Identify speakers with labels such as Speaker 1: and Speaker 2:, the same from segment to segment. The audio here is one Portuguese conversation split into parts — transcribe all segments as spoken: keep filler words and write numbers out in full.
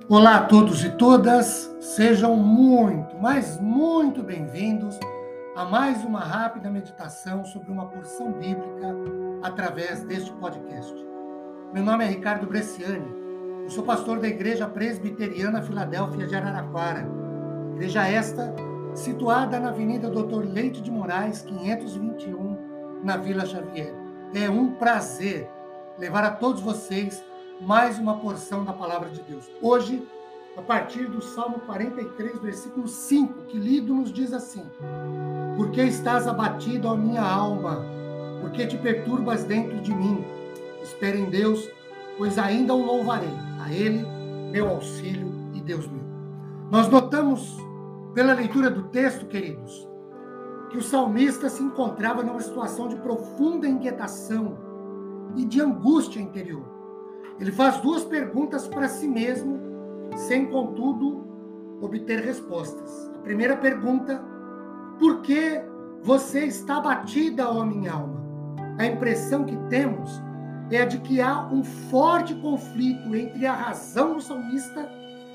Speaker 1: Olá a todos e todas, sejam muito, mas muito bem-vindos a mais uma rápida meditação sobre uma porção bíblica através deste podcast. Meu nome é Ricardo Bresciani, eu sou pastor da Igreja Presbiteriana Filadélfia de Araraquara, igreja esta situada na Avenida doutor Leite de Moraes, quinhentos e vinte e um, na Vila Xavier. É um prazer levar a todos vocês mais uma porção da Palavra de Deus. Hoje, a partir do Salmo quarenta e três, versículo cinco, que lido nos diz assim: Por que estás abatido, ó minha alma? Por que te perturbas dentro de mim? Espere em Deus, pois ainda o louvarei. A Ele, meu auxílio e Deus meu. Nós notamos, pela leitura do texto, queridos, que o salmista se encontrava numa situação de profunda inquietação e de angústia interior. Ele faz duas perguntas para si mesmo, sem, contudo, obter respostas. A primeira pergunta: por que você está abatida, ó minha alma? A impressão que temos é a de que há um forte conflito entre a razão do salmista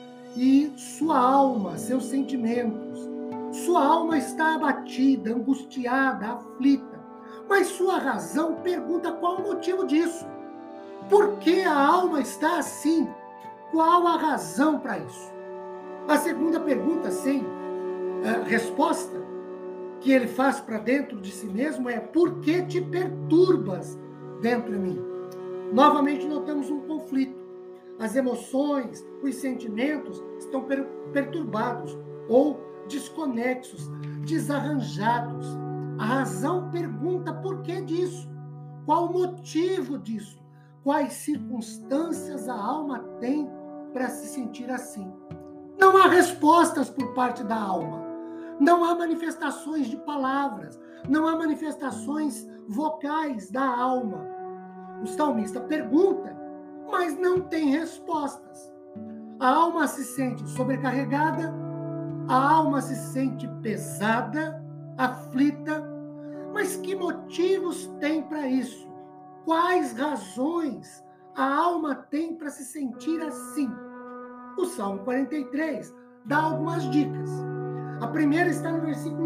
Speaker 1: e sua alma, seus sentimentos. Sua alma está abatida, angustiada, aflita, mas sua razão pergunta qual o motivo disso. Por que a alma está assim? Qual a razão para isso? A segunda pergunta, sem uh, resposta, que ele faz para dentro de si mesmo é: por que te perturbas dentro de mim? Novamente notamos um conflito. As emoções, os sentimentos estão per- perturbados ou desconexos, desarranjados. A razão pergunta por que disso? Qual o motivo disso? Quais circunstâncias a alma tem para se sentir assim? Não há respostas por parte da alma. Não há manifestações de palavras. Não há manifestações vocais da alma. O salmista pergunta, mas não tem respostas. A alma se sente sobrecarregada, a alma se sente pesada, aflita. Mas que motivos tem para isso? Quais razões a alma tem para se sentir assim? O Salmo quarenta e três dá algumas dicas. A primeira está no versículo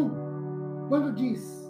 Speaker 1: um, quando diz: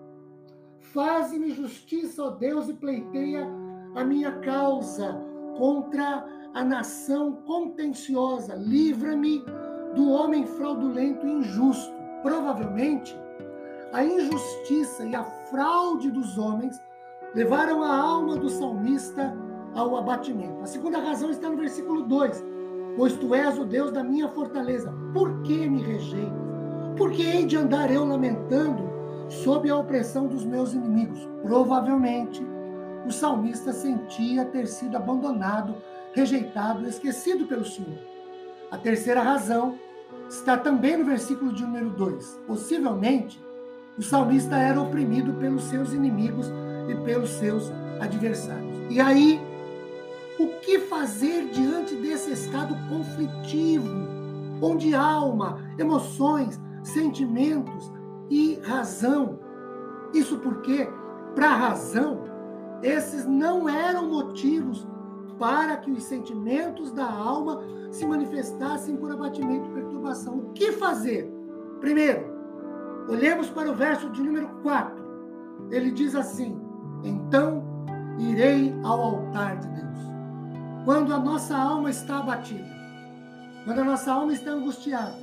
Speaker 1: Faze-me justiça, ó Deus, e pleiteia a minha causa contra a nação contenciosa. Livra-me do homem fraudulento e injusto. Provavelmente, a injustiça e a fraude dos homens levaram a alma do salmista ao abatimento. A segunda razão está no versículo dois. Pois tu és o Deus da minha fortaleza. Por que me rejeitas? Por que hei de andar eu lamentando sob a opressão dos meus inimigos? Provavelmente, o salmista sentia ter sido abandonado, rejeitado, esquecido pelo Senhor. A terceira razão está também no versículo de número dois. Possivelmente, o salmista era oprimido pelos seus inimigos e pelos seus adversários. E aí, o que fazer diante desse estado conflitivo, onde alma, emoções, sentimentos e razão? Isso porque, para a razão, esses não eram motivos para que os sentimentos da alma se manifestassem por abatimento e perturbação. O que fazer? Primeiro, olhemos para o verso de número quatro. Ele diz assim: então irei ao altar de Deus. Quando a nossa alma está abatida, quando a nossa alma está angustiada,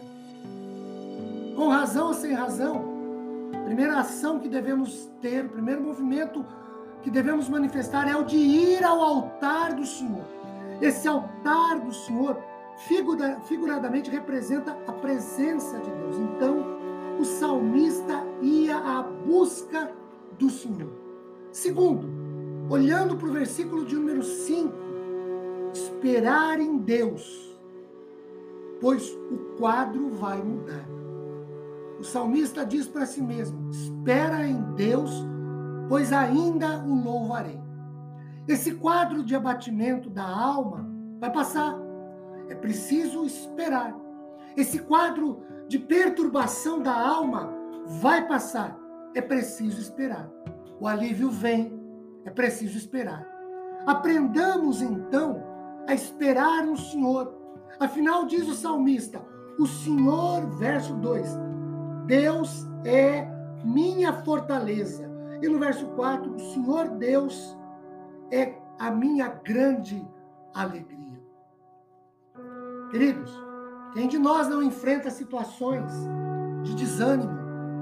Speaker 1: com razão ou sem razão, a primeira ação que devemos ter, o primeiro movimento que devemos manifestar é o de ir ao altar do Senhor. Esse altar do Senhor, figura, figuradamente, representa a presença de Deus. Então, o salmista ia à busca do Senhor. Segundo, olhando para o versículo de número cinco, esperar em Deus, pois o quadro vai mudar. O salmista diz para si mesmo: espera em Deus, pois ainda o louvarei. Esse quadro de abatimento da alma vai passar. É preciso esperar. Esse quadro de perturbação da alma vai passar. É preciso esperar. O alívio vem. É preciso esperar. Aprendamos, então, a esperar no Senhor. Afinal, diz o salmista, o Senhor, verso dois, Deus é minha fortaleza. E no verso quatro, o Senhor Deus é a minha grande alegria. Queridos, quem de nós não enfrenta situações de desânimo,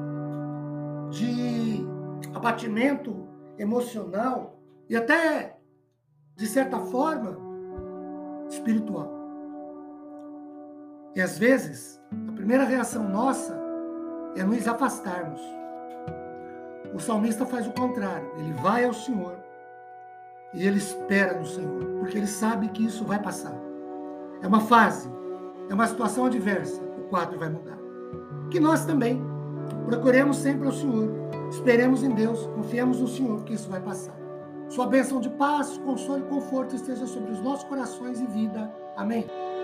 Speaker 1: de abatimento emocional e até, de certa forma, espiritual? E às vezes, a primeira reação nossa é nos afastarmos. O salmista faz o contrário, ele vai ao Senhor e ele espera no Senhor, porque ele sabe que isso vai passar. É uma fase, é uma situação adversa, o quadro vai mudar. Que nós também procuremos sempre ao Senhor, esperemos em Deus, confiemos no Senhor, que isso vai passar. Sua bênção de paz, consolo e conforto esteja sobre os nossos corações e vida. Amém.